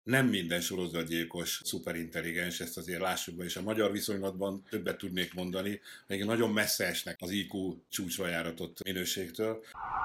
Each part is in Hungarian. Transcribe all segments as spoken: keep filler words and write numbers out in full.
Nem minden sorozatgyilkos szuperintelligens, ezt azért lássuk be, és a magyar viszonylatban többet tudnék mondani, még nagyon messze esnek az í kú csúcsra járatott minőségtől.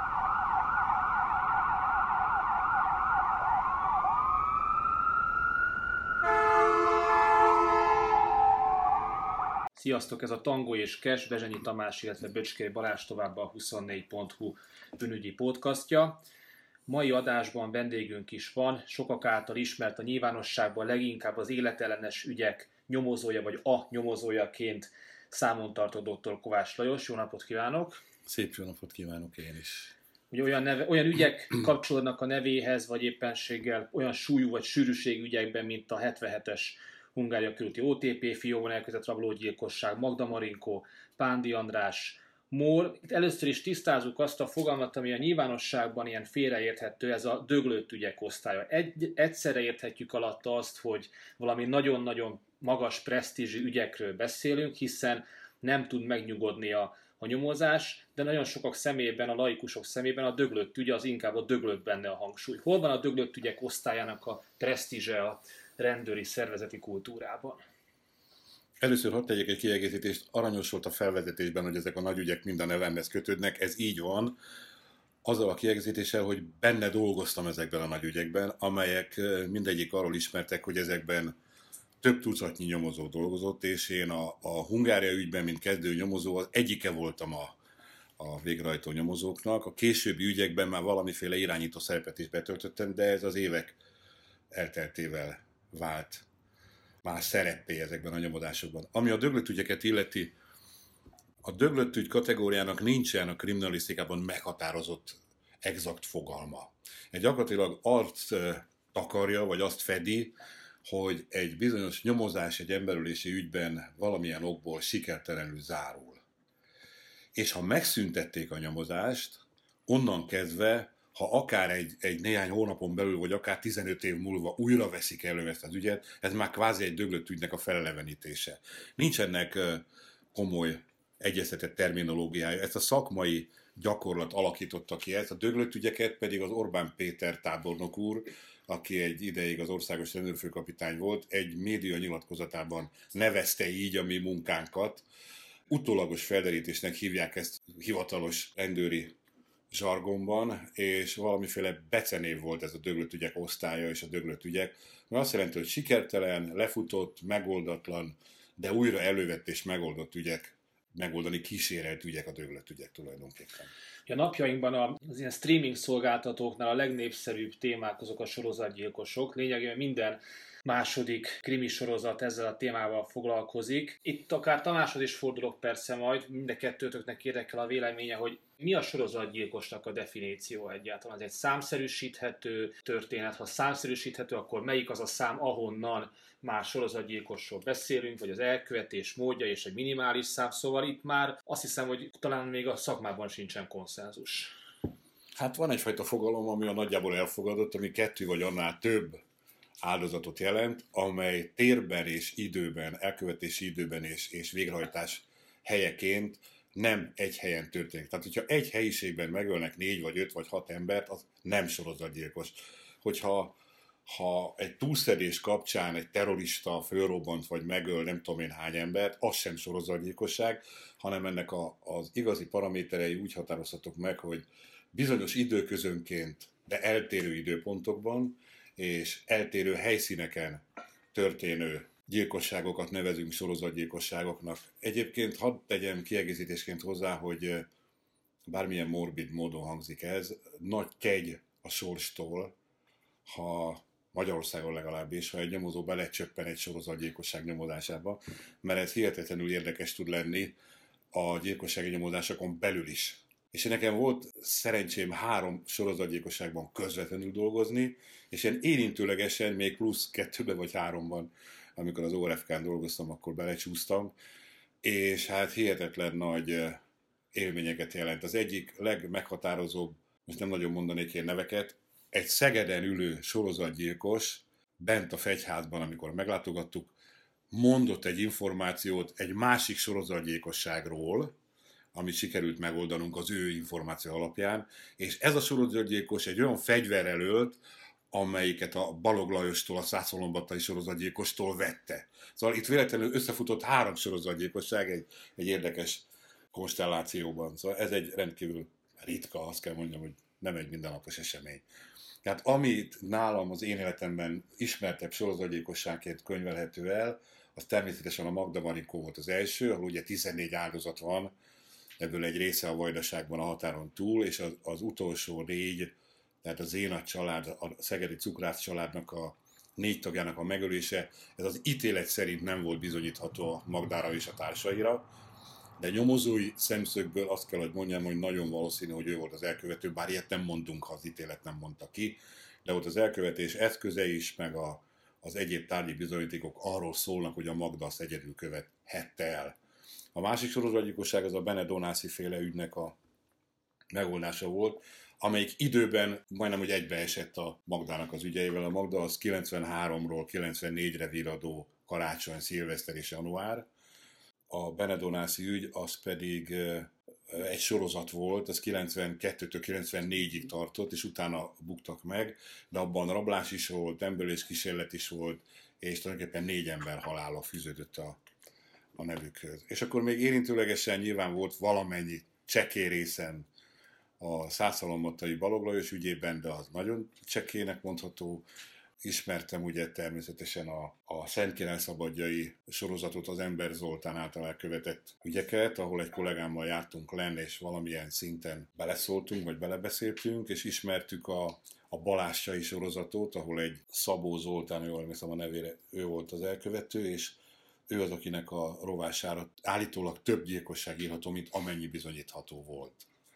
Sziasztok, ez a Tango és Cash, Bezsenyi Tamás, illetve Böcskei Balázs, továbbá a huszonnégy pont hu bűnügyi podcastja. Mai adásban vendégünk is van, sokak által ismert a nyilvánosságban leginkább az életellenes ügyek nyomozója vagy a nyomozójaként számon tartó doktor Kovács Lajos. Jó napot kívánok! Szép jó napot kívánok én is! Ugye olyan, neve, olyan ügyek kapcsolódnak a nevéhez, vagy éppenséggel olyan súlyú vagy sűrűségű ügyekben, mint a hetvenhetes Hungária körüli o té pé, fióban elkövetett rablógyilkosság, Magda Marinkó, Pándi András, MOL. Itt először is tisztázzuk azt a fogalmat, ami a nyilvánosságban ilyen félreérthető, ez a döglött ügyek osztálya. Egy, egyszerre érthetjük alatta azt, hogy valami nagyon-nagyon magas presztízsű ügyekről beszélünk, hiszen nem tud megnyugodni a, a nyomozás, de nagyon sokak szemében, a laikusok szemében a döglött ügy az inkább a döglött benne a hangsúly. Hol van a döglött ügyek osztályának a presztízse a rendőri szervezeti kultúrában? Először hadd tegyek egy kiegészítést. Aranyos volt a felvezetésben, hogy ezek a nagy ügyek mind a nevemhez kötődnek. Ez így van. Azzal a kiegészítéssel, hogy benne dolgoztam ezekben a nagy ügyekben, amelyek mindegyik arról ismertek, hogy ezekben több tucatnyi nyomozó dolgozott, és én a, a Hungária ügyben, mint kezdő nyomozó, az egyike voltam a, a végrehajtó nyomozóknak. A későbbi ügyekben már valamiféle irányító szerepet is betöltöttem, de ez az évek elteltével vált más szereppé ezekben a nyomozásokban. Ami a döglött ügyeket illeti, a döglött ügy kategóriának nincsen a kriminalisztikában meghatározott exakt fogalma. Egy gyakorlatilag azt takarja, vagy azt fedi, hogy egy bizonyos nyomozás egy emberölési ügyben valamilyen okból sikertelenül zárul. És ha megszüntették a nyomozást, onnan kezdve, ha akár egy, egy néhány hónapon belül, vagy akár tizenöt év múlva újra veszik elő ezt az ügyet, ez már kvázi egy döglött ügynek a felelevenítése. Nincs ennek komoly egyeztetett terminológiája. Ezt a szakmai gyakorlat alakította ki ezt, a döglött ügyeket pedig az Orbán Péter tábornok úr, aki egy ideig az országos rendőrfőkapitány volt, egy média nyilatkozatában nevezte így a mi munkánkat. Utólagos felderítésnek hívják ezt hivatalos rendőri zsargonban, és valamiféle becenév volt ez a döglött ügyek osztálya és a döglött ügyek, mert azt jelenti, hogy sikertelen, lefutott, megoldatlan, de újra elővett és megoldott ügyek, megoldani kísérelt ügyek a döglött ügyek tulajdonképpen. A napjainkban az ilyen streaming szolgáltatóknál a legnépszerűbb témák azok a sorozatgyilkosok. Lényegében minden második krimi sorozat ezzel a témával foglalkozik. Itt akár Tamáshoz is fordulok persze majd, mind a kettőtöknek érdekel a véleménye, hogy mi a sorozatgyilkosnak a definíció egyáltalán. Ez egy számszerűsíthető történet. Ha számszerűsíthető, akkor melyik az a szám, ahonnan már sorozatgyilkosról beszélünk, vagy az elkövetés módja és egy minimális szám. Szóval itt már azt hiszem, hogy talán még a szakmában sincsen konszenzus. Hát van egyfajta fogalom, ami a nagyjából elfogadott, ami kettő vagy annál több áldozatot jelent, amely térben és időben, elkövetési időben és, és végrehajtás helyeként nem egy helyen történik. Tehát, hogyha egy helyiségben megölnek négy, vagy öt, vagy hat embert, az nem sorozatgyilkos. Hogyha ha egy túlszedés kapcsán egy terrorista fölrobbant, vagy megöl nem tudom én hány embert, az sem sorozatgyilkosság, hanem ennek a, az igazi paraméterei úgy határozhatók meg, hogy bizonyos időközönként, de eltérő időpontokban, és eltérő helyszíneken történő gyilkosságokat nevezünk sorozatgyilkosságoknak. Egyébként hadd tegyem kiegészítésként hozzá, hogy bármilyen morbid módon hangzik ez, nagy kegy a sorstól, ha Magyarországon legalábbis, ha egy nyomozó belecsöppen egy sorozatgyilkosság nyomozásába, mert ez hihetetlenül érdekes tud lenni a gyilkossági nyomozásokon belül is. És nekem volt szerencsém három sorozatgyilkosságban közvetlenül dolgozni, és én érintőlegesen még plusz kettőben vagy háromban, amikor az o er ef ká-n dolgoztam, akkor belecsúsztam, és hát hihetetlen nagy élményeket jelent. Az egyik legmeghatározóbb, most nem nagyon mondanék ilyen neveket, egy Szegeden ülő sorozatgyilkos bent a Fegyházban, amikor meglátogattuk, mondott egy információt egy másik sorozatgyilkosságról, amit sikerült megoldanunk az ő információ alapján, és ez a sorozatgyilkos egy olyan fegyverrel ölt, amelyiket a Balogh Lajostól, a Szászolombattai sorozatgyilkostól vette. Szóval itt véletlenül összefutott három sorozatgyilkosság egy, egy érdekes konstellációban. Szóval ez egy rendkívül ritka, azt kell mondjam, hogy nem egy mindennapos esemény. Tehát amit nálam az én életemben ismertebb sorozatgyilkosságként könyvelhető el, az természetesen a Magda Marinkó volt az első, ahol ugye tizennégy áldozat van, ebből egy része a Vajdaságban a határon túl, és az, az utolsó négy, tehát a Zénat család, a szegedi cukrász családnak a négy tagjának a megölése, ez az ítélet szerint nem volt bizonyítható a Magdára és a társaira, de nyomozói szemszögből azt kell, hogy mondjam, hogy nagyon valószínű, hogy ő volt az elkövető, bár ilyet nem mondunk, ha az ítélet nem mondta ki, de ott az elkövetés eszköze is, meg a, az egyéb tárgyi bizonyítékok arról szólnak, hogy a Magda azt egyedül követhette el. A másik sorozatgyilkosság az a Benedonászi féle ügynek a megoldása volt, amelyik időben majdnem, hogy egybeesett a Magdának az ügyeivel. A Magda az kilencvenháromról kilencvennégyre virradó karácsony, szilveszter és január. A Benedonászi ügy az pedig egy sorozat volt, az kilencvenkettőtől kilencvennégyig tartott, és utána buktak meg, de abban rablás is volt, emberölés kísérlet is volt, és tulajdonképpen négy ember halála fűződött a, a nevükhöz. És akkor még érintőlegesen nyilván volt valamennyi csekély részen a Szászhalombattai Balogh Lajos ügyében, de az nagyon csekélynek mondható. Ismertem ugye természetesen a, a Szentkirály-szabadjai sorozatot, az Ember Zoltán által elkövetett ügyeket, ahol egy kollégámmal jártunk lenn, és valamilyen szinten beleszóltunk, vagy belebeszéltünk, és ismertük a, a Balássai sorozatot, ahol egy Szabó Zoltán, jól emlékszem a nevére, ő volt az elkövető, és ő az, akinek a rovására állítólag több gyilkosság írható, mint amennyi bizonyítható volt.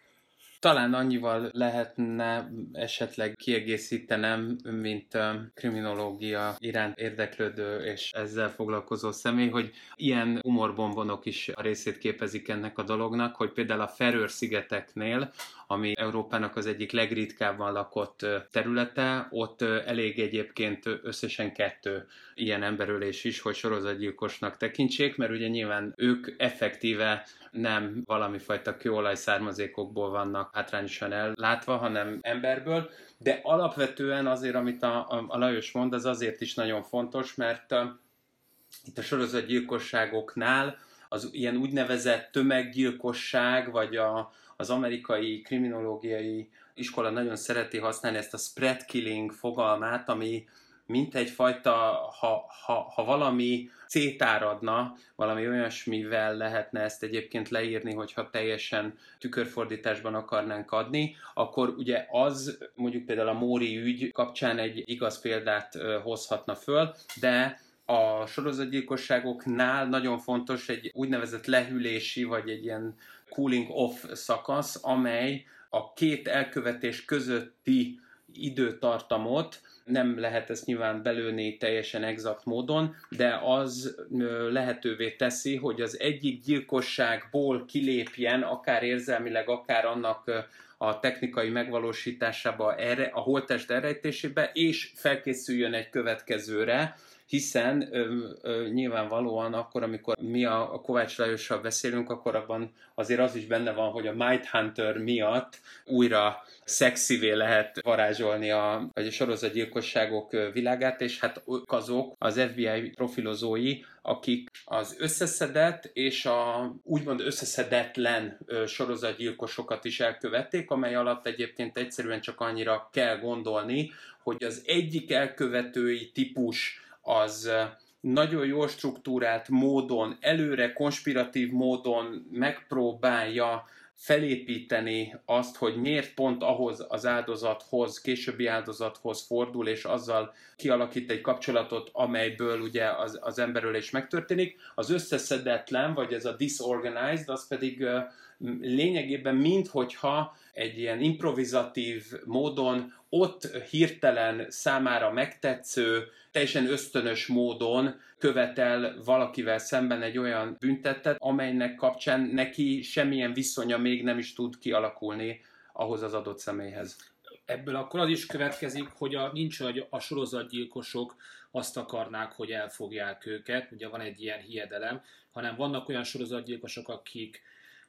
Talán annyival lehetne esetleg kiegészítenem, mint kriminológia iránt érdeklődő és ezzel foglalkozó személy, hogy ilyen humorbombonok is a részét képezik ennek a dolognak, hogy például a Feröer-szigeteknél, ami Európának az egyik legritkábban lakott területe, ott elég egyébként összesen kettő ilyen emberölés is, hogy sorozatgyilkosnak tekintsék, mert ugye nyilván ők effektíve nem valami fajta kőolaj származékokból vannak hátrányosan ellátva, hanem emberből, de alapvetően azért, amit a, a, a Lajos mond, az azért is nagyon fontos, mert uh, itt a sorozatgyilkosságoknál az ilyen úgynevezett tömeggyilkosság, vagy a, az amerikai kriminológiai iskola nagyon szereti használni ezt a spread killing fogalmát, ami mint egyfajta, ha, ha, ha valami szétáradna, valami olyasmivel lehetne ezt egyébként leírni, hogyha teljesen tükörfordításban akarnánk adni, akkor ugye az mondjuk például a Móri ügy kapcsán egy igaz példát hozhatna föl, de a sorozatgyilkosságoknál nagyon fontos egy úgynevezett lehűlési, vagy egy ilyen cooling off szakasz, amely a két elkövetés közötti időtartamot, nem lehet ezt nyilván belőni teljesen exakt módon, de az lehetővé teszi, hogy az egyik gyilkosságból kilépjen, akár érzelmileg, akár annak a technikai megvalósításába, erre, a holttest elrejtésébe, és felkészüljön egy következőre, hiszen ö, ö, nyilvánvalóan akkor, amikor mi a, a Kovács Lajossal beszélünk, akkor abban azért az is benne van, hogy a Mindhunter miatt újra szexivé lehet varázsolni a, a sorozatgyilkosságok világát, és hát azok az ef bé i profilozói, akik az összeszedett és a úgymond összeszedetlen sorozatgyilkosokat is elkövették, amely alatt egyébként egyszerűen csak annyira kell gondolni, hogy az egyik elkövetői típus az nagyon jól struktúrált módon, előre konspiratív módon megpróbálja felépíteni azt, hogy miért pont ahhoz az áldozathoz, későbbi áldozathoz fordul, és azzal kialakít egy kapcsolatot, amelyből ugye az, az emberölés megtörténik. Az összeszedetlen, vagy ez a disorganized, az pedig uh, lényegében minthogyha egy ilyen improvizatív módon ott hirtelen számára megtetsző, teljesen ösztönös módon követel valakivel szemben egy olyan büntettet, amelynek kapcsán neki semmilyen viszonya még nem is tud kialakulni ahhoz az adott személyhez. Ebből akkor az is következik, hogy a, nincs, hogy a sorozatgyilkosok azt akarnák, hogy elfogják őket, ugye van egy ilyen hiedelem, hanem vannak olyan sorozatgyilkosok, akik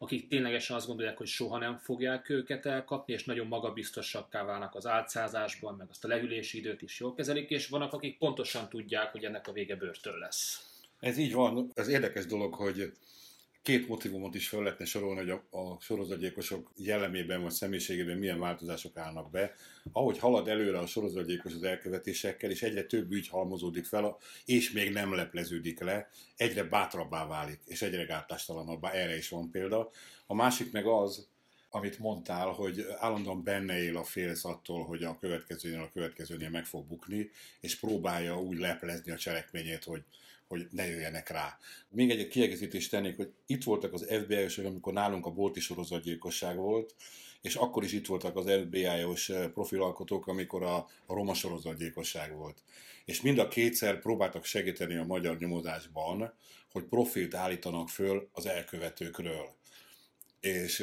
akik ténylegesen azt gondolják, hogy soha nem fogják őket elkapni, és nagyon magabiztosakká válnak az álcázásban, meg azt a leülési időt is jól kezelik, és vannak, akik pontosan tudják, hogy ennek a vége börtön lesz. Ez így van. Ez érdekes dolog, hogy két motivumot is fel lehetne sorolni, hogy a, a sorozatgyilkosok jellemében vagy személyiségében milyen változások állnak be. Ahogy halad előre a sorozatgyilkos az elkövetésekkel, és egyre több ügy halmozódik fel, és még nem lepleződik le, egyre bátrabbá válik, és egyre gátlástatlanabbá. Erre is van példa. A másik meg az, amit mondtál, hogy állandóan benne él a félsz attól, hogy a következőnél a következőnél meg fog bukni, és próbálja úgy leplezni a cselekményét, hogy hogy ne jöjjenek rá. Még egy kiegészítést tennék, hogy itt voltak az ef bé i-osok, amikor nálunk a bolti sorozatgyilkosság volt, és akkor is itt voltak az ef bé i-os profilalkotók, amikor a, a roma sorozatgyilkosság volt. És mind a kétszer próbáltak segíteni a magyar nyomozásban, hogy profilt állítanak föl az elkövetőkről. És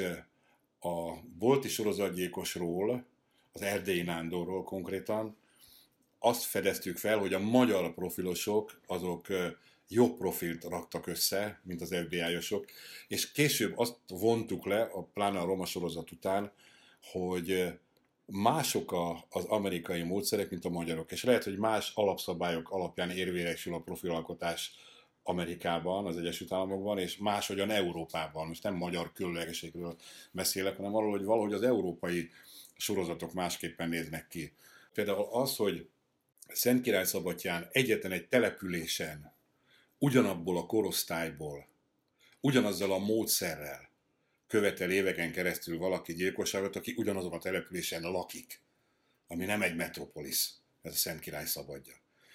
a bolti sorozatgyilkosról, az Erdélyi Nándorról konkrétan, azt fedeztük fel, hogy a magyar profilosok azok jobb profilt raktak össze, mint az ef bé i-osok, és később azt vontuk le, a pláne a roma sorozat után, hogy mások a, az amerikai módszerek, mint a magyarok, és lehet, hogy más alapszabályok alapján érvényesül a profilalkotás Amerikában, az Egyesült Államokban, és máshogyan Európában. Most nem magyar különlegességről beszélek, hanem arról, hogy valahogy az európai sorozatok másképpen néznek ki. Például az, hogy Szentkirályszabadtyán egyetlen egy településen, ugyanabból a korosztályból, ugyanazzal a módszerrel követel éveken keresztül valaki gyilkosságot, aki ugyanazon a településen lakik, ami nem egy metropolis, ez a Szentkirályszabadtya.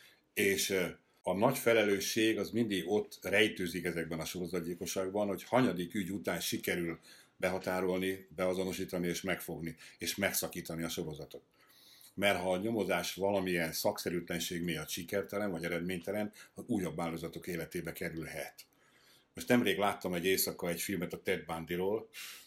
És a nagy felelősség az mindig ott rejtőzik ezekben a sorozatgyilkosságban, hogy hanyadik ügy után sikerül behatárolni, beazonosítani és megfogni, és megszakítani a sorozatot. Mert ha a nyomozás valamilyen szakszerűtlenség miatt sikertelen vagy eredménytelen, az újabb áldozatok életébe kerülhet. Most nemrég láttam egy éjszaka egy filmet a Ted Bundyról,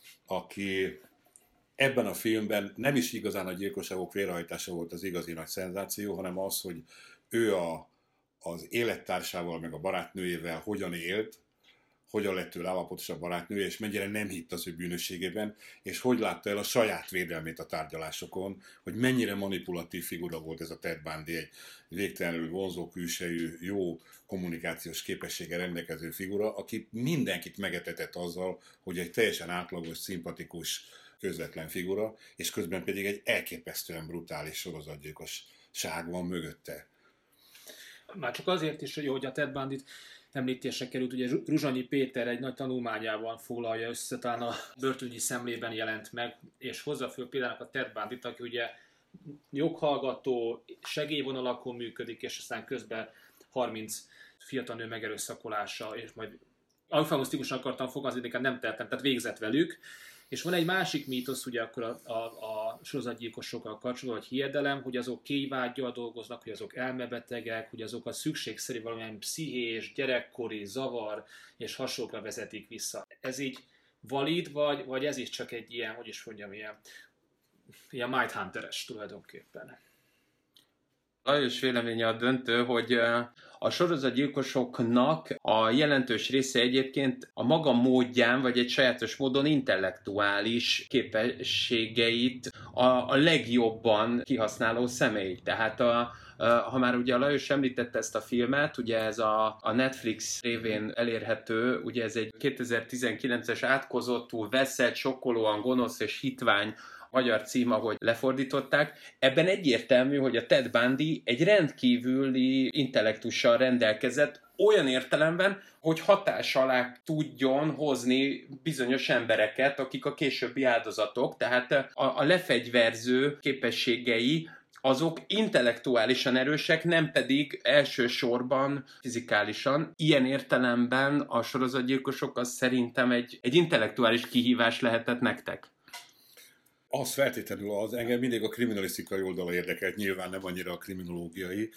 aki ebben a filmben nem is igazán a gyilkosságok végrehajtása volt az igazi nagy szenzáció, hanem az, hogy ő a, az élettársával, meg a barátnőjével hogyan élt, hogyan lett ő állapotos a barátnője, és mennyire nem hitt az ő bűnösségében, és hogy látta el a saját védelmét a tárgyalásokon, hogy mennyire manipulatív figura volt ez a Ted Bundy, egy végtelenül vonzó külsejű, jó kommunikációs képességgel rendelkező figura, aki mindenkit megetetett azzal, hogy egy teljesen átlagos, szimpatikus, közvetlen figura, és közben pedig egy elképesztően brutális sorozatgyilkosság van mögötte. Már csak azért is, hogy a Ted Bundyt említésre került, ugye Ruzsanyi Péter egy nagy tanulmányában foglalja össze, talán a börtönügyi szemlében jelent meg, és hozza föl például a Ted Bundyt, aki ugye joghallgató, segélyvonalakon működik, és aztán közben harminc fiatal nő megerőszakolása, és majd eufemisztikusan akartam fogalmazni, de nem tettem, tehát végzett velük. És van egy másik mítosz, ugye akkor a, a, a sorozatgyilkosokkal kapcsolatban, vagy hiedelem, hogy azok kéjvággyal dolgoznak, hogy azok elmebetegek, hogy azok a szükségszerű valamilyen pszichés, gyerekkori zavar és hasonlókra vezetik vissza. Ez így valid, vagy, vagy ez is csak egy ilyen, hogy is mondjam, ilyen, ilyen Mindhunter-es tulajdonképpen? Lajos véleménye a döntő, hogy a sorozatgyilkosoknak a jelentős része egyébként a maga módján, vagy egy sajátos módon intellektuális képességeit a, a legjobban kihasználó személy. Tehát a, ha már ugye a Lajos említette ezt a filmet, ugye ez a, a Netflix révén elérhető, ugye ez egy kétezer-tizenkilences átkozottú, veszett, sokkolóan gonosz és hitvány magyar cím, ahogy lefordították. Ebben egyértelmű, hogy a Ted Bundy egy rendkívüli intellektussal rendelkezett, olyan értelemben, hogy hatás alá tudjon hozni bizonyos embereket, akik a későbbi áldozatok, tehát a, a lefegyverző képességei azok intellektuálisan erősek, nem pedig elsősorban fizikálisan. Ilyen értelemben a sorozatgyilkosok az szerintem egy, egy intellektuális kihívás lehetett nektek. Az feltétlenül az, engem mindig a kriminalisztikai oldala érdekelt, nyilván nem annyira a kriminológiai,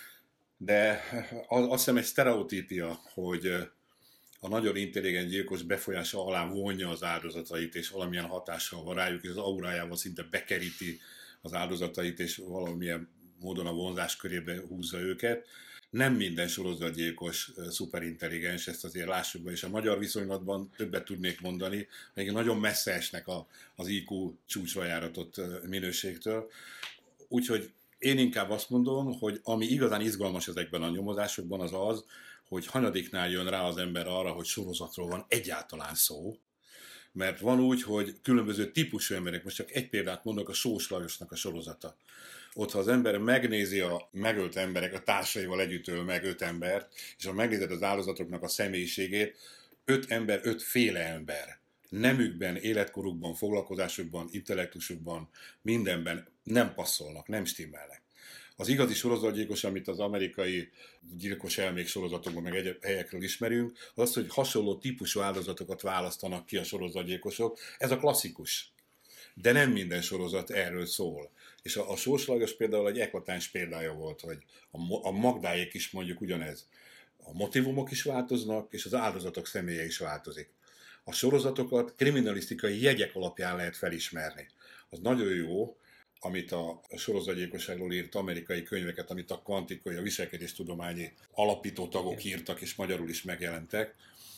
de az, azt hiszem egy sztereotípia, hogy a nagyon intelligens gyilkos befolyása alá vonja az áldozatait, és valamilyen hatással van rájuk, és az aurájával szinte bekeríti az áldozatait, és valamilyen módon a vonzás körébe húzza őket. Nem minden sorozatgyilkos szuperintelligens, ezt azért lássuk be, és a magyar viszonylatban többet tudnék mondani, még nagyon messze esnek a, az í kú csúcsra járatott minőségtől. Úgyhogy én inkább azt mondom, hogy ami igazán izgalmas ezekben a nyomozásokban az az, hogy hanyadiknál jön rá az ember arra, hogy sorozatról van egyáltalán szó, mert van úgy, hogy különböző típusú emberek, most csak egy példát mondok, a Sós Lajosnak a sorozata. Ott, ha az ember megnézi a megölt emberek, a társaival együtt öl meg öt embert, és ha megnézed az áldozatoknak a személyiségét, öt ember, ötféle ember. Nemükben, életkorukban, foglalkozásukban, intellektusukban, mindenben nem passzolnak, nem stimmelnek. Az igazi sorozatgyilkos, amit az amerikai gyilkos elmék sorozatokban, meg egyéb helyekről ismerünk, az az, hogy hasonló típusú áldozatokat választanak ki a sorozatgyilkosok. Ez a klasszikus. De nem minden sorozat erről szól. És a, a Sós Lajos például egy eklatáns példája volt, hogy a, a Magdáék is mondjuk ugyanez. A motivumok is változnak, és az áldozatok személye is változik. A sorozatokat kriminalisztikai jegyek alapján lehet felismerni. Az nagyon jó, amit a sorozatgyilkosságról írt amerikai könyveket, amit a kvantikai, a viselkedéstudományi alapító tagok írtak, és magyarul is megjelentek.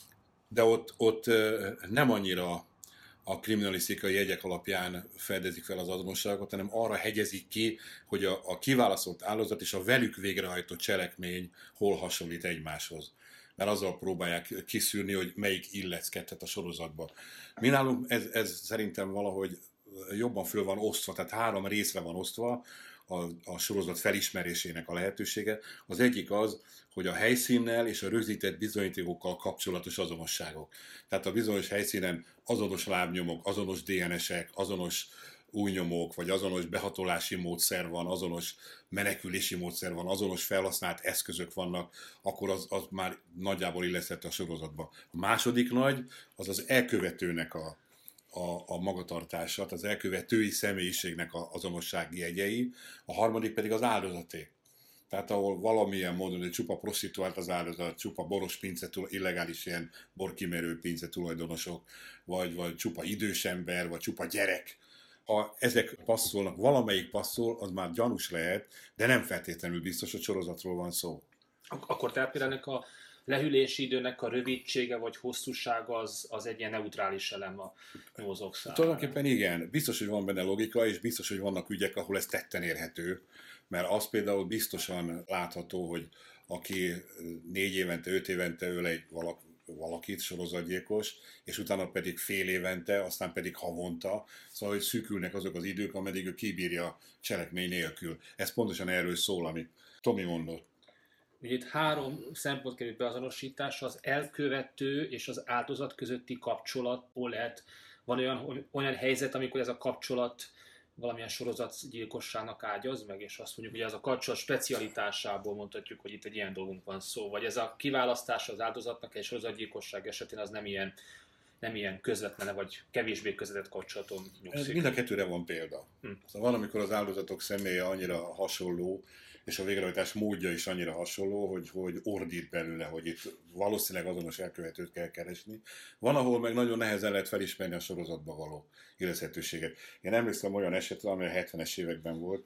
De ott, ott nem annyira a kriminalisztikai jegyek alapján fedezik fel az azonosságot, hanem arra hegyezik ki, hogy a, a kiválasztott áldozat és a velük végrehajtott cselekmény hol hasonlít egymáshoz. Mert azzal próbálják kiszűrni, hogy melyik illeckedhet a sorozatba. Mi nálunk ez, ez szerintem valahogy jobban föl van osztva, tehát három részre van osztva a, a sorozat felismerésének a lehetősége. Az egyik az, hogy a helyszínnel és a rögzített bizonyítékokkal kapcsolatos azonosságok. Tehát a bizonyos helyszínen azonos lábnyomok, azonos dé en esek, azonos új nyomok, vagy azonos behatolási módszer van, azonos menekülési módszer van, azonos felhasznált eszközök vannak, akkor az, az már nagyjából illeszthető a sorozatba. A második nagy, az az elkövetőnek a A, a magatartása, az elkövetői személyiségnek az azonossági jegyei, a harmadik pedig az áldozaté. Tehát ahol valamilyen módon, hogy csupa prostituált az áldozat, csupa boros pince, illegális ilyen borkimerő pince tulajdonosok, vagy, vagy csupa idős ember, vagy csupa gyerek. Ha ezek passzolnak, valamelyik passzol, az már gyanús lehet, de nem feltétlenül biztos, hogy sorozatról van szó. Ak- akkor tehát például a lehűlési időnek a rövidsége vagy hosszúsága az, az egy ilyen neutrális elem a nyomozók számára. Tulajdonképpen igen, biztos, hogy van benne logika, és biztos, hogy vannak ügyek, ahol ez tetten érhető, mert az például biztosan látható, hogy aki négy évente, öt évente öl egy valak, valakit, sorozatgyilkos, és utána pedig fél évente, aztán pedig havonta, szóval hogy szűkülnek azok az idők, ameddig ő kibírja cselekmény nélkül. Ez pontosan erről szól, amit Tomi mondott. Ugye itt három szempont került beazonosításra, az elkövető és az áldozat közötti kapcsolatból lehet, van olyan, olyan helyzet, amikor ez a kapcsolat valamilyen sorozatgyilkosságnak ágyaz meg, és azt mondjuk, hogy ez a kapcsolat specialitásából mondhatjuk, hogy itt egy ilyen dolgunk van szó, vagy ez a kiválasztása az áldozatnak egy sorozatgyilkosság esetén az nem ilyen, nem ilyen közvetlen, vagy kevésbé közvetett kapcsolaton nyugszik. Mind a kettőre van példa. Hm. Szóval van, amikor az áldozatok személye annyira hasonló, és a végrehajtás módja is annyira hasonló, hogy, hogy ordít belőle, hogy itt valószínűleg azonos elkövetőt kell keresni. Van, ahol meg nagyon nehezen lehet felismerni a sorozatba való illeszhetőséget. Én emlékszem olyan esetre, ami a hetvenes években volt,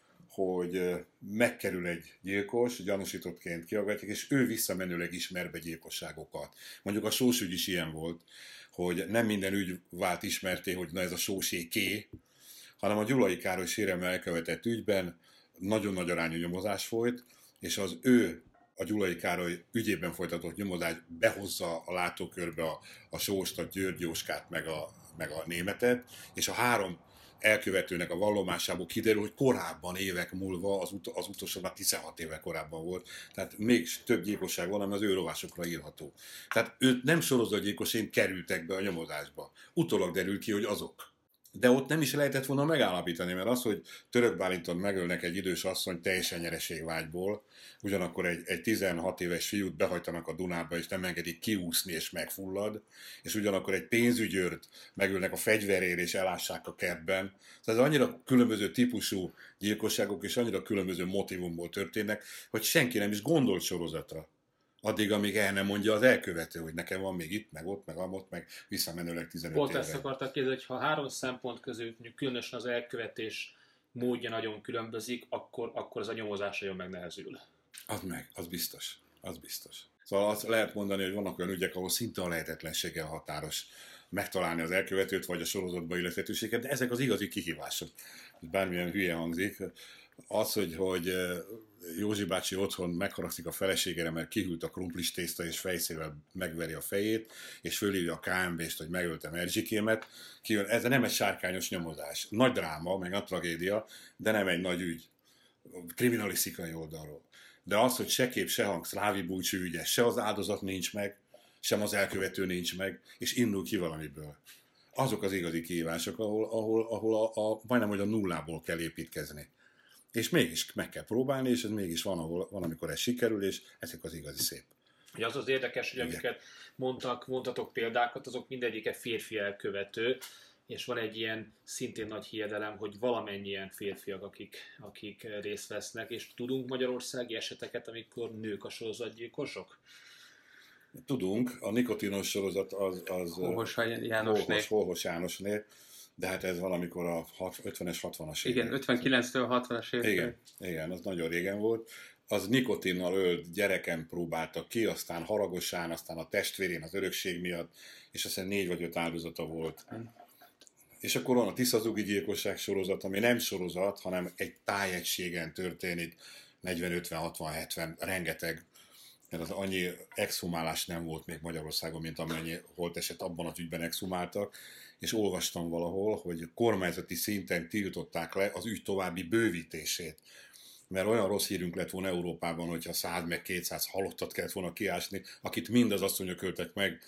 hogy megkerül egy gyilkos, gyanúsítottként kiallgatják, és ő visszamenőleg ismer be gyilkosságokat. Mondjuk a Sós ügy is ilyen volt, hogy nem minden ügy vált ismerté, hogy na ez a Sóséké, hanem a Gyulai Károly sérelemmel elkövetett ügyben nagyon nagy arányú nyomozás folyt, és az ő, a Gyulai Károly ügyében folytatott nyomozás behozza a látókörbe a, a Sóst, a György Jóskát, meg a, meg a németet, és a három elkövetőnek a vallomásából kiderül, hogy korábban, évek múlva, az, ut- az utolsó már tizenhat éve korábban volt, tehát még több gyilkosság van, ami az ő rovásokra írható. Tehát őt nem sorozatgyilkosként kerültek be a nyomozásba. Utólag derül ki, hogy azok. De ott nem is lehetett volna megállapítani, mert az, hogy Török Bálinton megölnek egy idős asszony teljesen nyereségvágyból, ugyanakkor egy, egy tizenhat éves fiút behajtanak a Dunába, és nem engedik kiúszni, és megfullad, és ugyanakkor egy pénzügyőrt megölnek a fegyverért, és elássák a kertben. Tehát ez annyira különböző típusú gyilkosságok, és annyira különböző motivumból történnek, hogy senki nem is gondolt sorozatra. Addig, amíg el nem mondja az elkövető, hogy nekem van még itt, meg ott, meg amott, meg visszamenőleg tizenöt Pont évre. ezt akartak kérdezni, hogy ha három szempont közül, mondjuk különösen az elkövetés módja nagyon különbözik, akkor, akkor ez a nyomozás nagyon megnehezül. Az meg, az biztos, az biztos. Szóval azt lehet mondani, hogy vannak olyan ügyek, ahol szinte a lehetetlenséggel határos megtalálni az elkövetőt, vagy a sorozatba illethetőséget, de ezek az igazi kihívások. Bármilyen hülye hangzik. Az, hogy, hogy Józsi bácsi otthon megharagszik a feleségére, mert kihűlt a krumplis tészta, és fejszével megveri a fejét, és fölhívja a ká em bé-st, hogy megöltem Erzsikémet, kijön. Ez nem egy sárkányos nyomozás. Nagy dráma, meg nagy tragédia, de nem egy nagy ügy. Kriminalisztikai oldalról. De az, hogy se kép, se hang, szlávi búcsú ügye, se az áldozat nincs meg, sem az elkövető nincs meg, és indul ki valamiből. Azok az igazi kihívások, ahol, ahol, ahol a, a, majdnem, hogy a nullából kell építkezni. És mégis meg kell próbálni, és ez mégis van, ahol, van amikor ez sikerül, és ezek az igazi szép. Ugye az az érdekes, hogy amiket mondtak, mondtatok példákat, azok mindegyike férfi elkövető, és van egy ilyen szintén nagy hiedelem, hogy valamennyien férfiak, akik, akik részt vesznek, és tudunk magyarországi eseteket, amikor nők a sorozatgyilkosok? Tudunk, a nikotinos sorozat az... az Hóhos Jánosné. Hóhos Jánosné, de hát ez valamikor a ötvenes, hatvanas évek. Igen, ötvenkilenctől hatvanas évek. Igen, igen, az nagyon régen volt. Az nikotinnal ölt gyereken próbáltak ki, aztán haragosán, aztán a testvérén az örökség miatt, és aztán négy vagy öt áldozata volt. Hmm. És akkor van a Tiszazugi gyilkosság sorozat, ami nem sorozat, hanem egy tájegységen történik, negyven, ötven, hatvan, hetven, rengeteg. Mert az annyi exhumálás nem volt még Magyarországon, mint amennyi holteset abban az ügyben exhumáltak, és olvastam valahol, hogy kormányzati szinten tiltották le az ügy további bővítését. Mert olyan rossz hírünk lett volna Európában, hogyha száz meg kétszáz halottat kellett volna kiásni, akit mind az asszonyok öltek meg,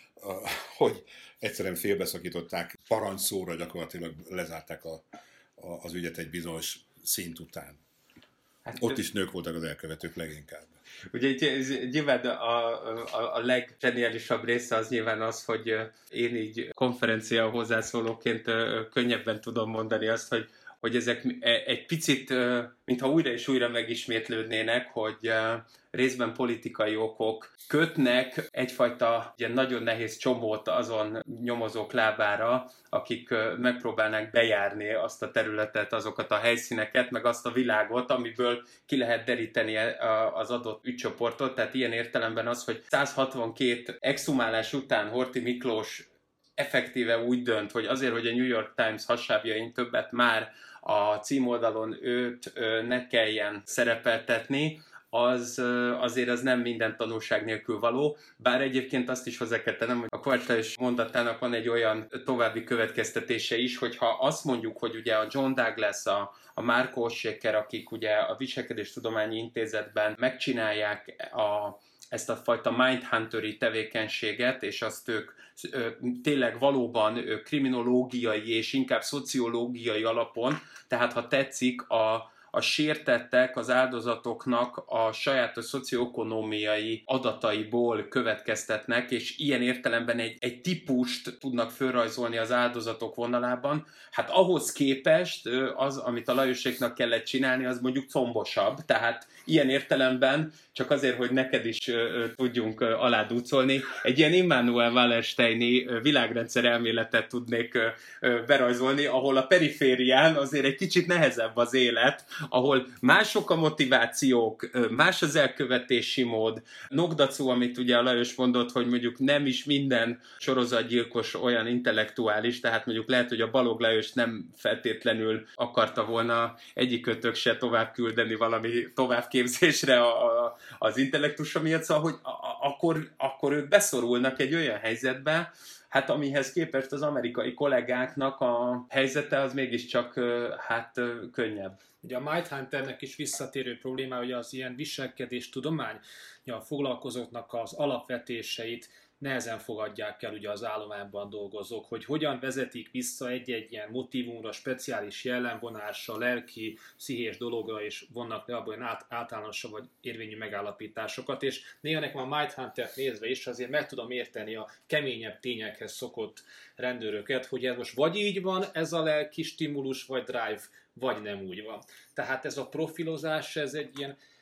hogy egyszerűen félbeszakították, parancsszóra gyakorlatilag lezárták a, a, az ügyet egy bizonyos szint után. Hát, ott is nők voltak az elkövetők leginkább. Ugye nyilván a, a, a leggeniálisabb része az nyilván az, hogy én így konferencia hozzászólóként könnyebben tudom mondani azt, hogy, hogy ezek egy picit, mintha újra és újra megismétlődnének, hogy részben politikai okok kötnek egyfajta ilyen nagyon nehéz csomót azon nyomozók lábára, akik megpróbálnák bejárni azt a területet, azokat a helyszíneket, meg azt a világot, amiből ki lehet deríteni az adott ügycsoportot. Tehát ilyen értelemben az, hogy száz hatvankét exhumálás után Horthy Miklós effektíve úgy dönt, hogy azért, hogy a New York Times hasábjain többet már a címoldalon őt ne kelljen szerepeltetni, az azért az nem minden tanulság nélkül való, bár egyébként azt is hozzá kell tennem, hogy a Kovács Lajos mondatának van egy olyan további következtetése is, hogy ha azt mondjuk, hogy ugye a John Douglas, a, a Marco Ossieker, akik ugye a Viselkedéstudományi Intézetben megcsinálják a ezt a fajta mindhunteri tevékenységet, és azt ők ö, tényleg valóban ö, kriminológiai és inkább szociológiai alapon, tehát ha tetszik, a, a sértettek, az áldozatoknak a sajátos szocioökonómiai adataiból következtetnek, és ilyen értelemben egy, egy típust tudnak fölrajzolni az áldozatok vonalában. Hát ahhoz képest az, amit a Lajoséknak kellett csinálni, az mondjuk combosabb, tehát ilyen értelemben, csak azért, hogy neked is uh, tudjunk uh, aládúcolni, egy ilyen Immanuel Wallersteini uh, világrendszer elméletet tudnék uh, uh, berajzolni, ahol a periférián azért egy kicsit nehezebb az élet, ahol mások a motivációk, uh, más az elkövetési mód. Nogdacu, amit ugye a Lajos mondott, hogy mondjuk nem is minden sorozatgyilkos olyan intellektuális, tehát mondjuk lehet, hogy a Balogh Lajos nem feltétlenül akarta volna egyikőtök se tovább küldeni valami továbbképzésre a, a az intellektusa miatt, szóval, hogy a, a, akkor, akkor ők beszorulnak egy olyan helyzetbe, hát amihez képest az amerikai kollégáknak a helyzete az mégiscsak hát könnyebb. Ugye a Mindhunternek is visszatérő probléma, hogy az ilyen viselkedés tudomány, a foglalkozóknak az alapvetéseit nehezen fogadják el ugye az állományban dolgozók, hogy hogyan vezetik vissza egy-egy ilyen motívumra, speciális jellemvonásra, lelki, pszichés dologra, és vonnak le abban át, általánosabb vagy érvényű megállapításokat, és néha nekem a Mindhuntert nézve is azért meg tudom érteni a keményebb tényekhez szokott rendőröket, hogy ez most vagy így van, ez a lelki stimulus, vagy drive, vagy nem úgy van. Tehát ez a profilozás, ez egy ilyen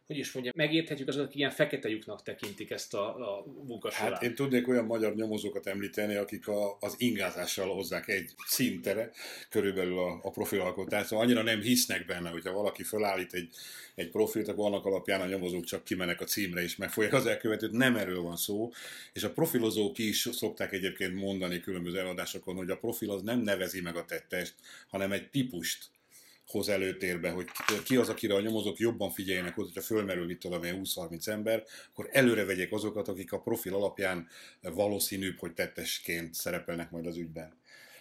hogy is mondjam, megérthetjük azokat, akik ilyen fekete lyuknak tekintik ezt a, a munka során. Hát én tudnék olyan magyar nyomozókat említeni, akik a, az ingázással hozzák egy szintere körülbelül a, a profilalkotást. Szóval annyira nem hisznek benne, hogyha valaki felállít egy, egy profilt, akkor annak alapján a nyomozók csak kimennek a címre és megfogják az elkövetőt. Nem erről van szó. És a profilozók is szokták egyébként mondani különböző eladásokon, hogy a profil az nem nevezi meg a tettest, hanem egy típust hoz előtérbe, hogy ki az, akire a nyomozók jobban figyeljenek, hogyha fölmerül, mit tudom én, húsz-harminc ember, akkor előre vegyék azokat, akik a profil alapján valószínűbb, hogy tettesként szerepelnek majd az ügyben.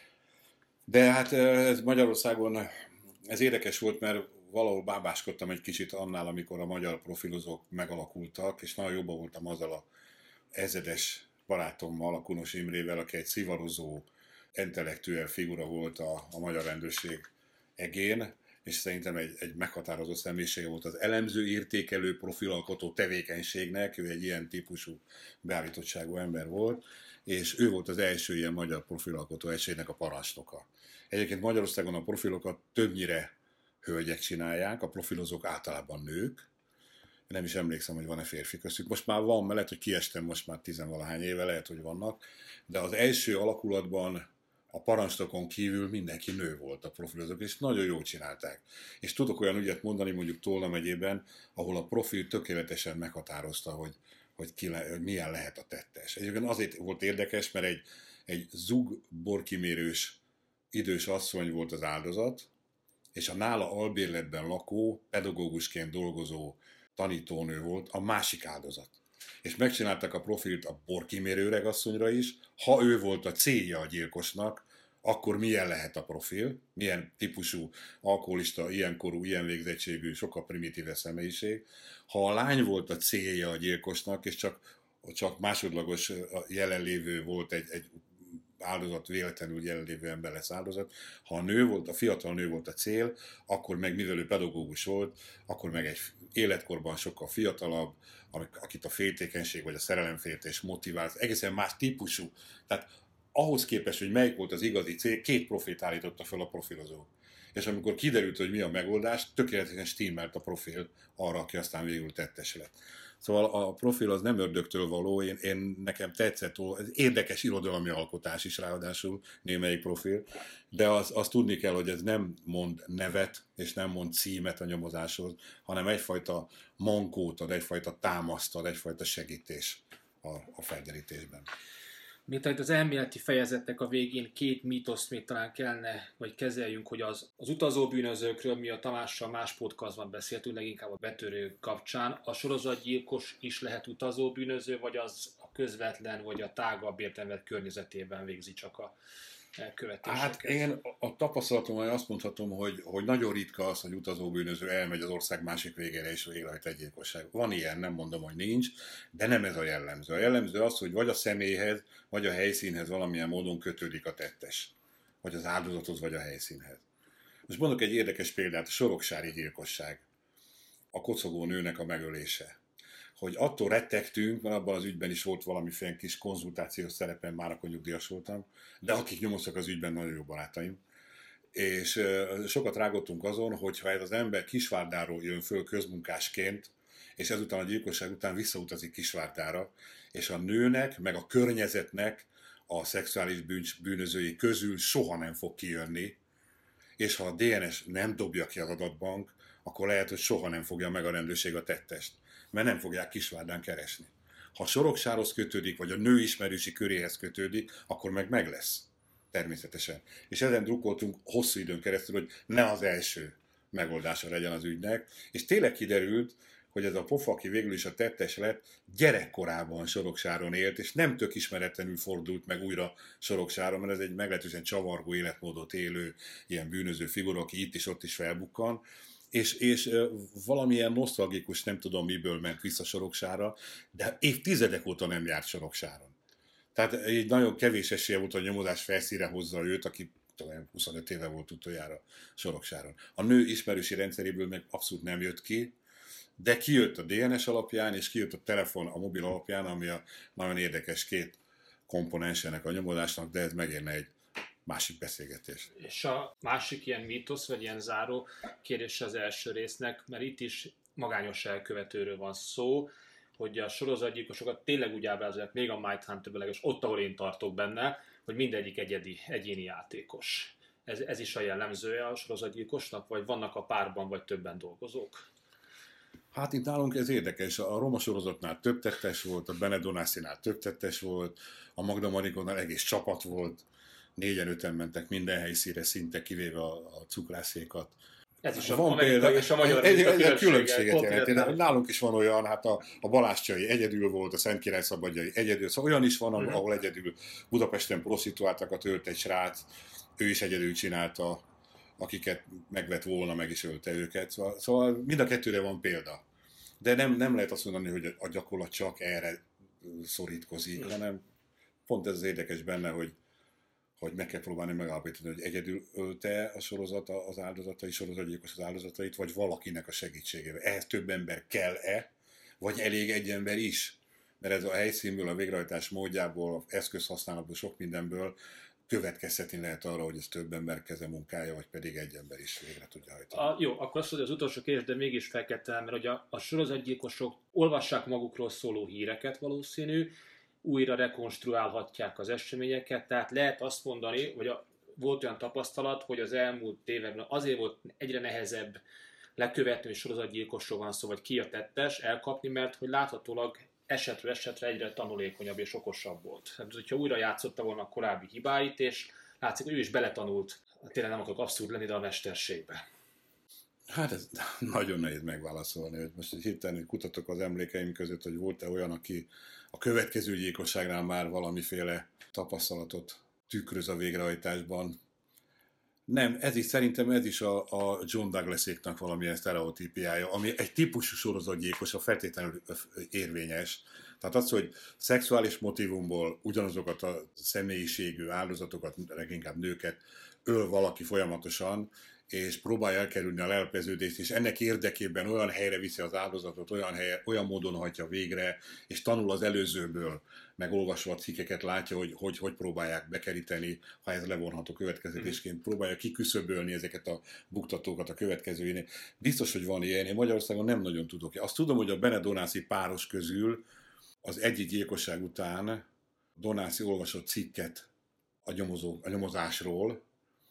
De hát ez Magyarországon, ez érdekes volt, mert valahol bábáskodtam egy kicsit annál, amikor a magyar profilozók megalakultak, és nagyon jobban voltam azzal a ezredes barátommal, a Kunos Imrével, aki egy szivarozó, intellektuel figura volt a, a magyar rendőrség egén, és szerintem egy, egy meghatározó személyisége volt az elemző, értékelő, profilalkotó tevékenységnek, ő egy ilyen típusú beállítottságú ember volt, és ő volt az első ilyen magyar profilalkotó egységnek a parancsnoka. Egyébként Magyarországon a profilokat többnyire hölgyek csinálják, a profilozók általában nők, nem is emlékszem, hogy van-e férfi köztük. Most már van, mert lehet, hogy kiestem most már tizenvalahány éve, lehet, hogy vannak, de az első alakulatban a parancsnokon kívül mindenki nő volt a profilozók, és nagyon jól csinálták. És tudok olyan ügyet mondani, mondjuk Tolna megyében, ahol a profil tökéletesen meghatározta, hogy, hogy, ki le, hogy milyen lehet a tettes. Egyébként azért volt érdekes, mert egy, egy zug borkimérős idős asszony volt az áldozat, és a nála albérletben lakó, pedagógusként dolgozó tanítónő volt a másik áldozat. És megcsináltak a profilt a borkimérő öregasszonyra is. Ha ő volt a célja a gyilkosnak, akkor milyen lehet a profil, milyen típusú alkoholista, ilyen korú, ilyen végzettségű, sokkal primitíve személyiség. Ha a lány volt a célja a gyilkosnak, és csak, csak másodlagos jelenlévő volt egy, egy áldozat, véletlenül jelenlévő ember lesz áldozat. Ha a nő volt, a fiatal nő volt a cél, akkor meg, mivel ő pedagógus volt, akkor meg egy életkorban sokkal fiatalabb, akit a féltékenység vagy a szerelemféltés motivált, egészen más típusú. Tehát ahhoz képest, hogy melyik volt az igazi cél, két profilt állította fel a profilozó. És amikor kiderült, hogy mi a megoldás, tökéletesen stimmelt a profil arra, aki aztán végül tettes lett. Szóval a profil az nem ördögtől való, én, én nekem tetszett, ez érdekes irodalmi alkotás is ráadásul némelyik profil, de azt az tudni kell, hogy ez nem mond nevet, és nem mond címet a nyomozáshoz, hanem egyfajta mankót ad, egyfajta támaszt ad, egyfajta segítés a, a felderítésben. Mint ahogy az elméleti fejezetnek a végén két mítoszt még talán kellene, vagy kezeljünk, hogy az, az utazóbűnözőkről mi a Tamással más podcastban beszéltünk, leginkább a betörő kapcsán. A sorozatgyilkos is lehet utazóbűnöző, vagy az a közvetlen, vagy a tágabb értelmet környezetében végzi csak a elkövetéseket? Hát én a tapasztalatommal azt mondhatom, hogy, hogy nagyon ritka az, hogy utazóbűnöző elmegy az ország másik végére és végrehajt egy gyilkosság. Van ilyen, nem mondom, hogy nincs, de nem ez a jellemző. A jellemző az, hogy vagy a személyhez, vagy a helyszínhez valamilyen módon kötődik a tettes. Vagy az áldozathoz, vagy a helyszínhez. Most mondok egy érdekes példát, a soroksári gyilkosság. A kocogó nőnek a megölése. Hogy attól rettegtünk, mert abban az ügyben is volt valamiféle kis konzultációs szerepen, már akkor nyugdíjas voltam, de akik nyomoztak az ügyben, nagyon jó barátaim. És sokat rágottunk azon, hogyha ez az ember Kisvárdáról jön föl közmunkásként, és ezután a gyilkosság után visszautazik Kisvárdára, és a nőnek, meg a környezetnek a szexuális bűnözői közül soha nem fog kijönni, és ha a dé en es nem dobja ki az adatbank, akkor lehet, hogy soha nem fogja meg a rendőrség a tettest, mert nem fogják Kisvárdán keresni. Ha Soroksához kötődik, vagy a nő ismerősi köréhez kötődik, akkor meg meg lesz. Természetesen. És ezen drukkoltunk hosszú időn keresztül, hogy ne az első megoldása legyen az ügynek, és tényleg kiderült, hogy ez a pofa, aki végül is a tettes lett, gyerekkorában Soroksáron élt, és nem tök ismeretlenül fordult meg újra Soroksáron, mert ez egy meglehetősen csavargó életmódot élő ilyen bűnöző figura, aki itt is ott is felbukkan, és, és valamilyen nosztalgikus, nem tudom miből ment vissza Soroksára, de évtizedek óta nem járt Soroksáron. Tehát egy nagyon kevés esélye volt, hogy a nyomozás felszínre hozza őt, aki talán huszonöt éve volt utoljára Soroksáron. A nő ismerősi rendszeréből meg abszolút nem jött ki, de kijött a dé en es alapján, és kijött a telefon a mobil alapján, ami a nagyon érdekes két komponensének a nyomozásnak, de ez megérne egy másik beszélgetés. És a másik ilyen mítosz, vagy ilyen záró kérdés az első résznek, mert itt is magányos elkövetőről van szó, hogy a sorozatgyilkosokat tényleg úgy ábrázolják, még a Mindhunter-ben, és ott, ahol én tartok benne, hogy mindegyik egyedi, egyéni játékos. Ez, ez is a jellemzője a sorozatgyilkosnak, vagy vannak a párban, vagy többen dolgozók? Hát itt nálunk ez érdekes, a Roma sorozatnál több tettes volt, a Bene Donászinál több tettes volt, a Magda Marinkónál egész csapat volt, négyen, öten mentek minden helyszínre, szinte kivéve a, a cukrászékat. Ez is van amerikai és a magyar egy, egy, egy különbséget jelenti. Nálunk is van olyan, hát a, a Balázscsai egyedül volt, a Szent Király Szabadjai egyedül, szóval olyan is van, uh-huh. ahol egyedül Budapesten prostituáltakat ölt egy srác, ő is egyedül csinálta, akiket megvett volna, meg is ölte őket. Szóval, szóval mind a kettőre van példa. De nem, nem lehet azt mondani, hogy a gyakorlat csak erre szorítkozik, uh-huh. hanem pont ez az érdekes benne, hogy hogy meg kell próbálni megállapítani, hogy egyedül ölte a sorozat az áldozatai, sorozatgyilkos az áldozatait, vagy valakinek a segítségével. Ehhez több ember kell-e, vagy elég egy ember is? Mert ez a helyszínből, a végrehajtás módjából, az eszközhasználatból, sok mindenből következtetni lehet arra, hogy ez több ember keze munkája, vagy pedig egy ember is végre tudja hajtani. A, jó, akkor azt mondja az utolsó kérdés, de mégis fel kell tennem, mert hogy a, a sorozatgyilkosok olvassák magukról szóló híreket valószínű, újra rekonstruálhatják az eseményeket, tehát lehet azt mondani, hogy a, volt olyan tapasztalat, hogy az elmúlt években azért volt egyre nehezebb lekövetni, hogy sorozatgyilkosról van szó, vagy ki a tettes, elkapni, mert hogy láthatólag esetről esetre egyre tanulékonyabb és okosabb volt. Tehát, hogyha újra játszotta volna a korábbi hibáit, és látszik, hogy ő is beletanult, tényleg nem akarok abszurd lenni, de a mesterségbe. Hát ez nagyon nehéz megválaszolni, hogy most hirtelen kutatok az emlékeim között, hogy volt-e olyan, aki a következő gyilkosságnál már valamiféle tapasztalatot tükröz a végrehajtásban. Nem, ez is szerintem ez is a, a John Douglaséknak valamilyen sztereotípiája, ami egy típusú sorozatgyilkos, a feltétlenül érvényes. Tehát az, hogy szexuális motivumból ugyanazokat a személyiségű áldozatokat, leginkább nőket öl valaki folyamatosan, és próbálja elkerülni a lelpeződést, és ennek érdekében olyan helyre viszi az áldozatot, olyan, helye, olyan módon hajtja végre, és tanul az előzőből, meg olvasva a cikkeket látja, hogy, hogy hogy próbálják bekeríteni, ha ez levonható következtetésként, próbálja kiküszöbölni ezeket a buktatókat a következőjénél. Biztos, hogy van ilyen, én Magyarországon nem nagyon tudok. Azt tudom, hogy a Bene Donászi páros közül az egyik gyilkosság után Donászi olvasott cikket a, nyomozó, a nyomozásról,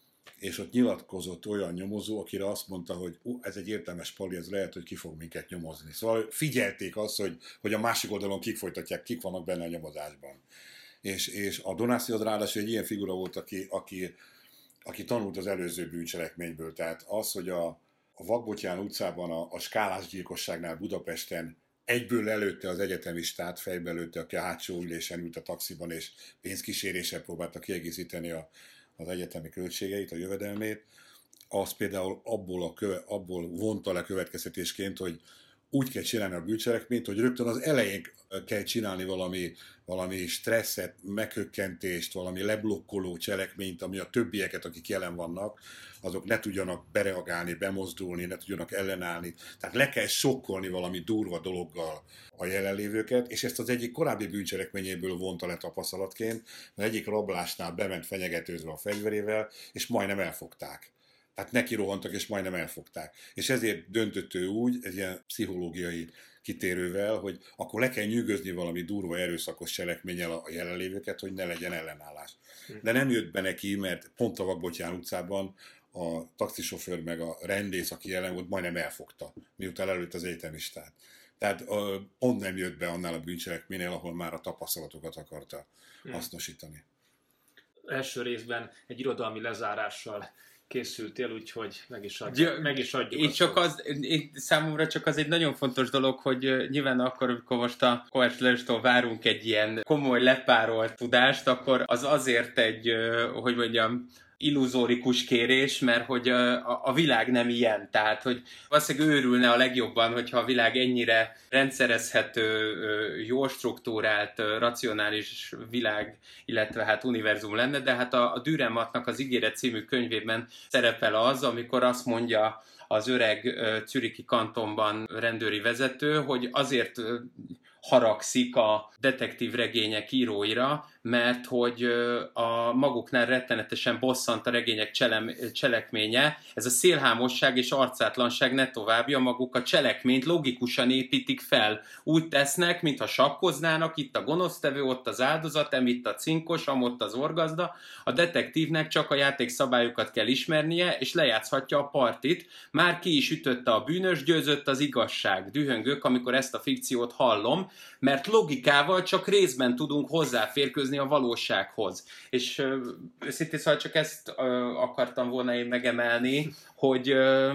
és ott nyilatkozott olyan nyomozó, akire azt mondta, hogy uh, ez egy értelmes pali, ez lehet, hogy ki fog minket nyomozni. Szóval figyelték azt, hogy, hogy a másik oldalon kik folytatják, kik vannak benne a nyomozásban. És, és a Donászi az ráadásul egy ilyen figura volt, aki, aki, aki tanult az előző bűncselekményből. Tehát az, hogy a, a Vakbottyán utcában a, a skálás gyilkosságnál Budapesten egyből lelőtte az egyetemistát, fejbe lőtte, aki a hátsó ülésen ült a taxiban, és pénzkíséréssel próbálta kiegészíteni a az egyetemi költségeit, a jövedelmét, az például abból, a köve, abból vonta le következtetésként, hogy úgy kell csinálni a bűncselekményt, hogy rögtön az elején kell csinálni valami, valami stresszet, meghökkentést, valami leblokkoló cselekményt, ami a többieket, akik jelen vannak, azok ne tudjanak bereagálni, bemozdulni, ne tudjanak ellenállni. Tehát le kell sokkolni valami durva dologgal a jelenlévőket, és ezt az egyik korábbi bűncselekményéből vonta le tapasztalatként, mert egyik rablásnál bement fenyegetőzve a fegyverével, és majdnem elfogták. Tehát neki rohantak, és majdnem elfogták. És ezért döntött ő úgy, egy ilyen pszichológiai kitérővel, hogy akkor le kell nyűgözni valami durva erőszakos cselekménnyel a jelenlévőket, hogy ne legyen ellenállás. De nem jött be neki, mert pont a Vakbottyán utcában a taxisofőr meg a rendész, aki jelen volt, majdnem elfogta, miután előtt az egyetemistát. Tehát pont nem jött be annál a bűncselekménynél, ahol már a tapasztalatokat akarta hasznosítani. Első részben egy irodalmi lezárással készültél, úgyhogy meg is adjuk, ja, meg is adjuk én csak az, én, számomra csak az egy nagyon fontos dolog, hogy nyilván akkor, amikor most a Kovács Lajostól várunk egy ilyen komoly lepárolt tudást, akkor az azért egy, hogy mondjam, illuzórikus kérés, mert hogy a, a világ nem ilyen. Tehát, hogy valószínűleg őrülne a legjobban, hogyha a világ ennyire rendszerezhető, jól struktúrált, racionális világ, illetve hát univerzum lenne, de hát a, a Dürrenmattnak az Ígéret című könyvében szerepel az, amikor azt mondja az öreg zürichi kantonban rendőri vezető, hogy azért haragszik a detektív regények íróira, mert hogy a maguknál rettenetesen bosszant a regények cselem, cselekménye, ez a szélhámosság és arcátlanság ne továbbja, maguk a cselekményt logikusan építik fel. Úgy tesznek, mintha sakkoznának, itt a gonosztevő, ott az áldozat, emitt a cinkos, amott az orgazda, a detektívnek csak a játékszabályokat kell ismernie, és lejátszhatja a partit. Már ki is ütötte a bűnös, győzött az igazság. Dühöngök, amikor ezt a fikciót hallom, mert logikával csak részben tudunk hozzáférkőzni a valósághoz. És őszintén szóval csak ezt ö, akartam volna én megemelni, hogy ö,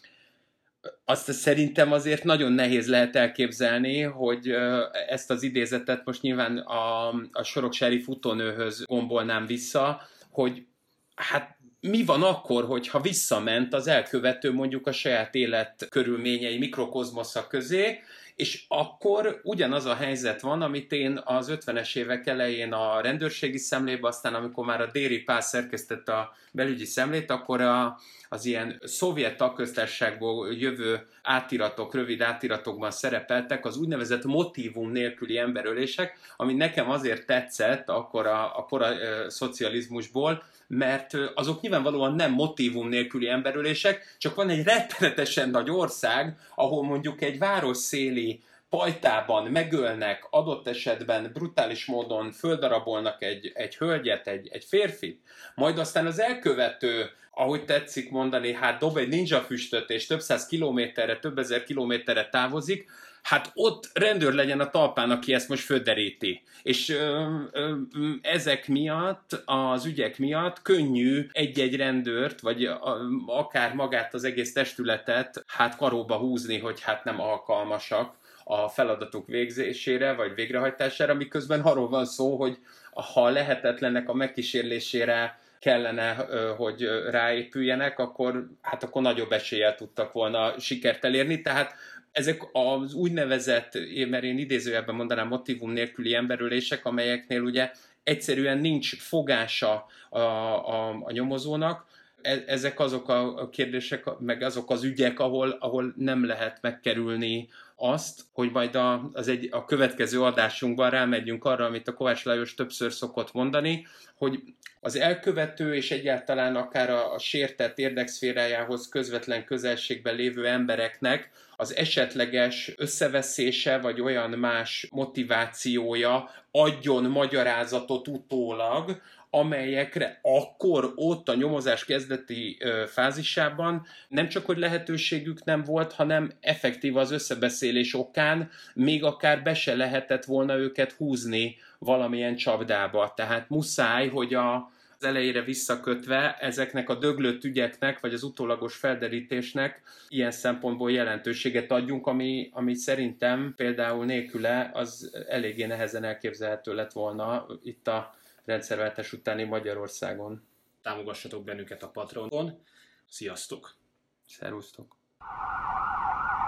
azt szerintem azért nagyon nehéz lehet elképzelni, hogy ö, ezt az idézetet most nyilván a, a soroksári futónőhöz gombolnám vissza, hogy hát mi van akkor, hogyha visszament az elkövető mondjuk a saját élet körülményei mikrokozmosza közé, és akkor ugyanaz a helyzet van, amit én az ötvenes évek elején a rendőrségi szemlében, aztán amikor már a Déri Pál szerkesztette a belügyi szemlét, akkor a, az ilyen szovjet tagköztársaságból jövő átiratok, rövid átiratokban szerepeltek az úgynevezett motívum nélküli emberölések, ami nekem azért tetszett akkor a, a kora e, szocializmusból, mert azok nyilvánvalóan nem motívum nélküli emberölések, csak van egy rettenetesen nagy ország, ahol mondjuk egy városszéli pajtában megölnek, adott esetben brutális módon földarabolnak egy, egy hölgyet, egy, egy férfit, majd aztán az elkövető, ahogy tetszik mondani, hát dob egy ninja füstöt, és több száz kilométerre, több ezer kilométerre távozik, hát ott rendőr legyen a talpán, aki ezt most földeríti. És ö, ö, ezek miatt, az ügyek miatt könnyű egy-egy rendőrt, vagy a, akár magát az egész testületet hát karóba húzni, hogy hát nem alkalmasak a feladatok végzésére, vagy végrehajtására, miközben arról van szó, hogy ha lehetetlenek a megkísérlésére kellene, hogy ráépüljenek, akkor, hát akkor nagyobb eséllyel tudtak volna sikert elérni. Tehát ezek az úgynevezett, mert én idézőjelben mondanám, motívum nélküli emberölések, amelyeknél ugye egyszerűen nincs fogása a, a, a nyomozónak, ezek azok a kérdések, meg azok az ügyek, ahol, ahol nem lehet megkerülni azt, hogy majd a, az egy, a következő adásunkban rámegyünk arra, amit a Kovács Lajos többször szokott mondani, hogy az elkövető és egyáltalán akár a, a sértett érdekszférájához közvetlen közelségben lévő embereknek az esetleges összeveszése vagy olyan más motivációja adjon magyarázatot utólag, amelyekre akkor ott a nyomozás kezdeti ö, fázisában nem csak, hogy lehetőségük nem volt, hanem effektív az összebeszélés okán még akár be se lehetett volna őket húzni valamilyen csapdába. Tehát muszáj, hogy a, az elejére visszakötve ezeknek a döglött ügyeknek, vagy az utólagos felderítésnek ilyen szempontból jelentőséget adjunk, ami, ami szerintem például nélküle az eléggé nehezen elképzelhető lett volna itt a rendszerváltás utáni Magyarországon. Támogassatok bennünket a Patreonon. Sziasztok! Szervusztok!